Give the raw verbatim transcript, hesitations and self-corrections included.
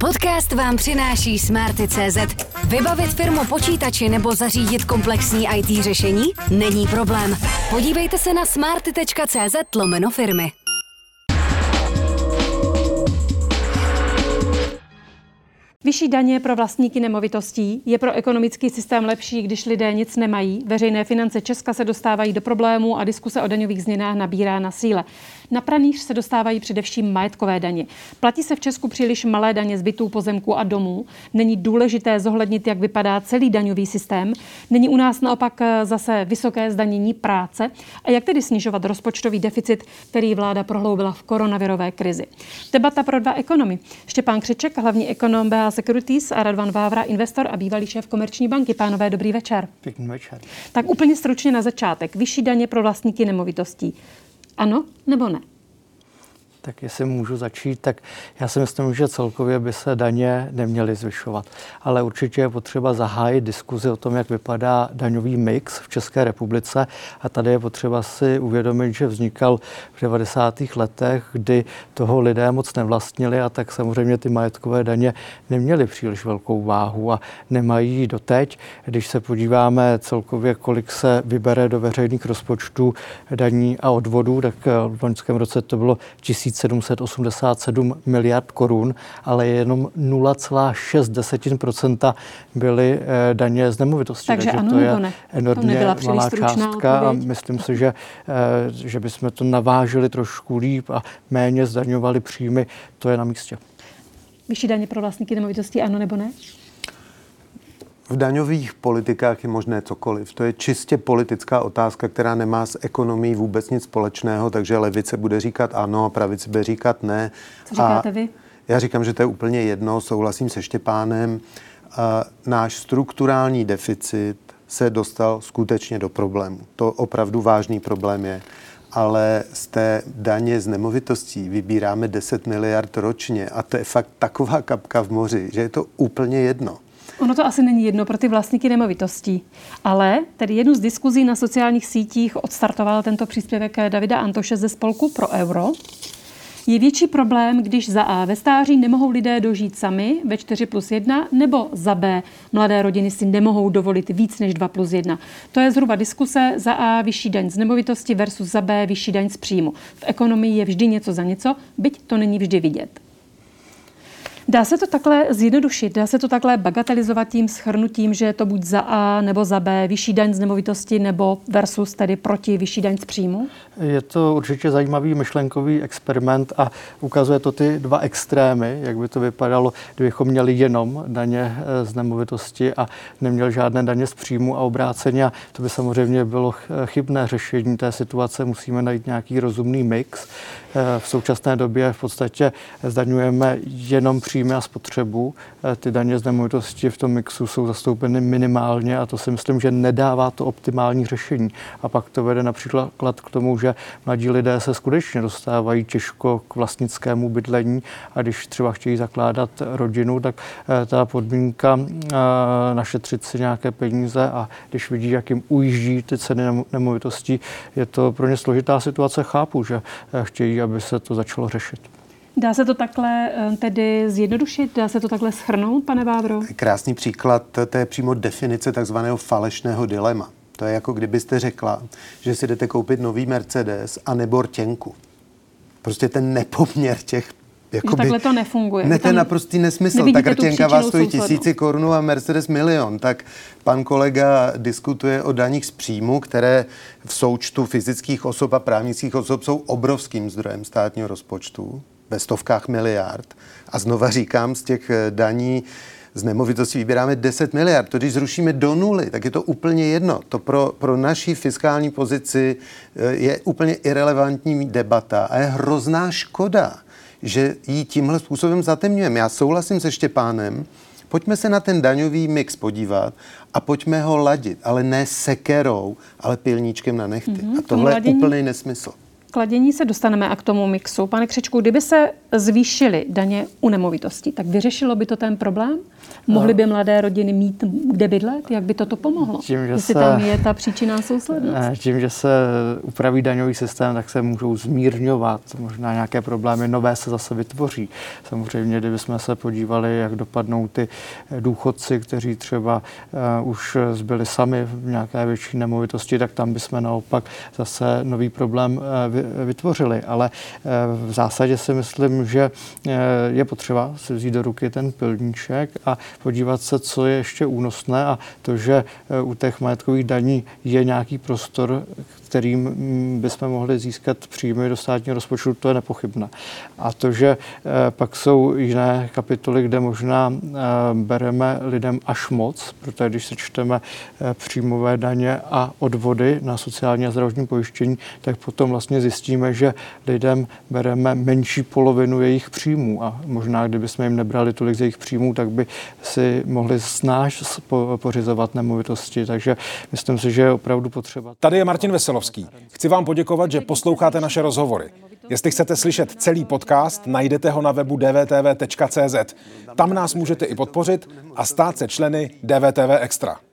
Podcast vám přináší Smarty tečka cé zet. Vybavit firmu počítači nebo zařídit komplexní í té řešení? Není problém. Podívejte se na smarty tečka cé zet lomeno firmy. Vyšší daně pro vlastníky nemovitostí. Je pro ekonomický systém lepší, když lidé nic nemají. Veřejné finance Česka se dostávají do problémů a diskuse o daňových změnách nabírá na síle. Na pranýř se dostávají především majetkové daně. Platí se v Česku příliš malé daně z bytů, pozemků a domů. Není důležité zohlednit, jak vypadá celý daňový systém. Není u nás naopak zase vysoké zdanění práce. A jak tedy snižovat rozpočtový deficit, který vláda prohloubila v koronavirové krizi? Debata pro dva ekonomy. Štěpán Křeček, hlavní ekonom bé á Securities, a Radovan Vávra, investor a bývalý šéf Komerční banky. Pánové, dobrý večer. Pěkný večer. Tak úplně stručně na začátek. Vyšší daně pro vlastníky nemovitostí. Ano nebo ne? Tak jestli můžu začít, tak já si myslím, že celkově by se daně neměly zvyšovat. Ale určitě je potřeba zahájit diskuzi o tom, jak vypadá daňový mix v České republice. A tady je potřeba si uvědomit, že vznikal v devadesátých letech, kdy toho lidé moc nevlastnili a tak samozřejmě ty majetkové daně neměly příliš velkou váhu a nemají doteď. Když se podíváme celkově, kolik se vybere do veřejných rozpočtů daní a odvodů, tak v loňském roce to bylo tisíc sedm set osmdesát sedm miliard korun, ale jenom nula celá šest procenta byly eh, daně z nemovitosti. Takže, Takže ano, to je ne. enormně malá částka a myslím si, že, eh, že bychom to navážili trošku líp a méně zdaňovali příjmy, to je na místě. Vyšší daně pro vlastníky nemovitostí, ano nebo ne? V daňových politikách je možné cokoliv. To je čistě politická otázka, která nemá s ekonomií vůbec nic společného, takže levice bude říkat ano a pravice bude říkat ne. Co říkáte vy? Já říkám, že to je úplně jedno, souhlasím se Štěpánem. A náš strukturální deficit se dostal skutečně do problému. To opravdu vážný problém je. Ale z té daně z nemovitostí vybíráme deset miliard ročně a to je fakt taková kapka v moři, že je to úplně jedno. Ono to asi není jedno pro ty vlastníky nemovitostí, ale tedy jednu z diskuzí na sociálních sítích odstartoval tento příspěvek Davida Antoše ze Spolku pro euro. Je větší problém, když za A ve stáří nemohou lidé dožít sami ve čtyři plus jedna, nebo za B mladé rodiny si nemohou dovolit víc než dva plus jedna. To je zhruba diskuse za A vyšší daň z nemovitosti versus za B vyšší daň z příjmu. V ekonomii je vždy něco za něco, byť to není vždy vidět. Dá se to takhle zjednodušit, dá se to takhle bagatelizovat tím shrnutím, že je to buď za A nebo za B vyšší daň z nemovitosti nebo versus tedy proti vyšší daň z příjmu? Je to určitě zajímavý myšlenkový experiment a ukazuje to ty dva extrémy, jak by to vypadalo, kdybychom měli jenom daně z nemovitosti a neměli žádné daně z příjmu a obráceně. A to by samozřejmě bylo chybné řešení té situace. Musíme najít nějaký rozumný mix. V současné době v podstatě zdaňujeme jenom příjmy a spotřebu. Ty daně z nemovitosti v tom mixu jsou zastoupeny minimálně a to si myslím, že nedává to optimální řešení. A pak to vede například k tomu, že mladí lidé se skutečně dostávají těžko k vlastnickému bydlení a když třeba chtějí zakládat rodinu, tak ta podmínka našetřit si nějaké peníze a když vidí, jak jim ujíždí ty ceny nemovitostí, je to pro ně složitá situace. Chápu, že chtějí, aby se to začalo řešit. Dá se to takhle tedy zjednodušit? Dá se to takhle shrnout, pane Vávro? Krásný příklad, to je přímo definice takzvaného falešného dilema. To je jako kdybyste řekla, že si jdete koupit nový Mercedes a nebo rtěnku. Prostě ten nepoměr těch Jakoby, takhle to nefunguje. Ne, to je naprostý nesmysl. Tak rtěnka vás stojí tisíci korun a Mercedes milion. Tak pan kolega diskutuje o daních z příjmu, které v součtu fyzických osob a právnických osob jsou obrovským zdrojem státního rozpočtu, ve stovkách miliard. A znova říkám, z těch daní z nemovitostí vybíráme deset miliard. To, když zrušíme do nuly, tak je to úplně jedno. To pro, pro naši fiskální pozici je úplně irelevantní debata a je hrozná škoda, že ji tímhle způsobem zatemňujeme. Já souhlasím se Štěpánem, pojďme se na ten daňový mix podívat a pojďme ho ladit, ale ne sekerou, ale pilníčkem na nechty. Mm-hmm, a tohle je úplný nesmysl. Kladění se dostaneme a k tomu mixu. Pane Křečku, kdyby se zvýšili daně u nemovitostí, tak vyřešilo by to ten problém? Mohly by mladé rodiny mít kde bydlet? Jak by toto pomohlo? Tím, že Jestli se, tam je ta příčinná souslednost? Tím, že se upraví daňový systém, tak se můžou zmírňovat. Možná nějaké problémy nové se zase vytvoří. Samozřejmě, kdybychom se podívali, jak dopadnou ty důchodci, kteří třeba uh, už zbyli sami v nějaké větší nemovitosti, tak tam bychom naopak zase nový problém uh, vytvořili. Ale uh, v zásadě si myslím, že uh, je potřeba si vzít do ruky ten pilníček a podívat se, co je ještě únosné, a to, že u těch majetkových daní je nějaký prostor, kterým bychom mohli získat příjmy do státního rozpočtu, to je nepochybné. A to, že pak jsou jiné kapitoly, kde možná bereme lidem až moc, protože když se čteme příjmové daně a odvody na sociální a zdravotní pojištění, tak potom vlastně zjistíme, že lidem bereme menší polovinu jejich příjmů. A možná, kdybychom jim nebrali tolik z jejich příjmů, tak by si mohli snáš pořizovat nemovitosti. Takže myslím si, že je opravdu potřeba. Tady je Martin Veselovský. Chci vám poděkovat, že posloucháte naše rozhovory. Jestli chcete slyšet celý podcast, najdete ho na webu d v t v tečka c z. Tam nás můžete i podpořit a stát se členy D V T V Extra.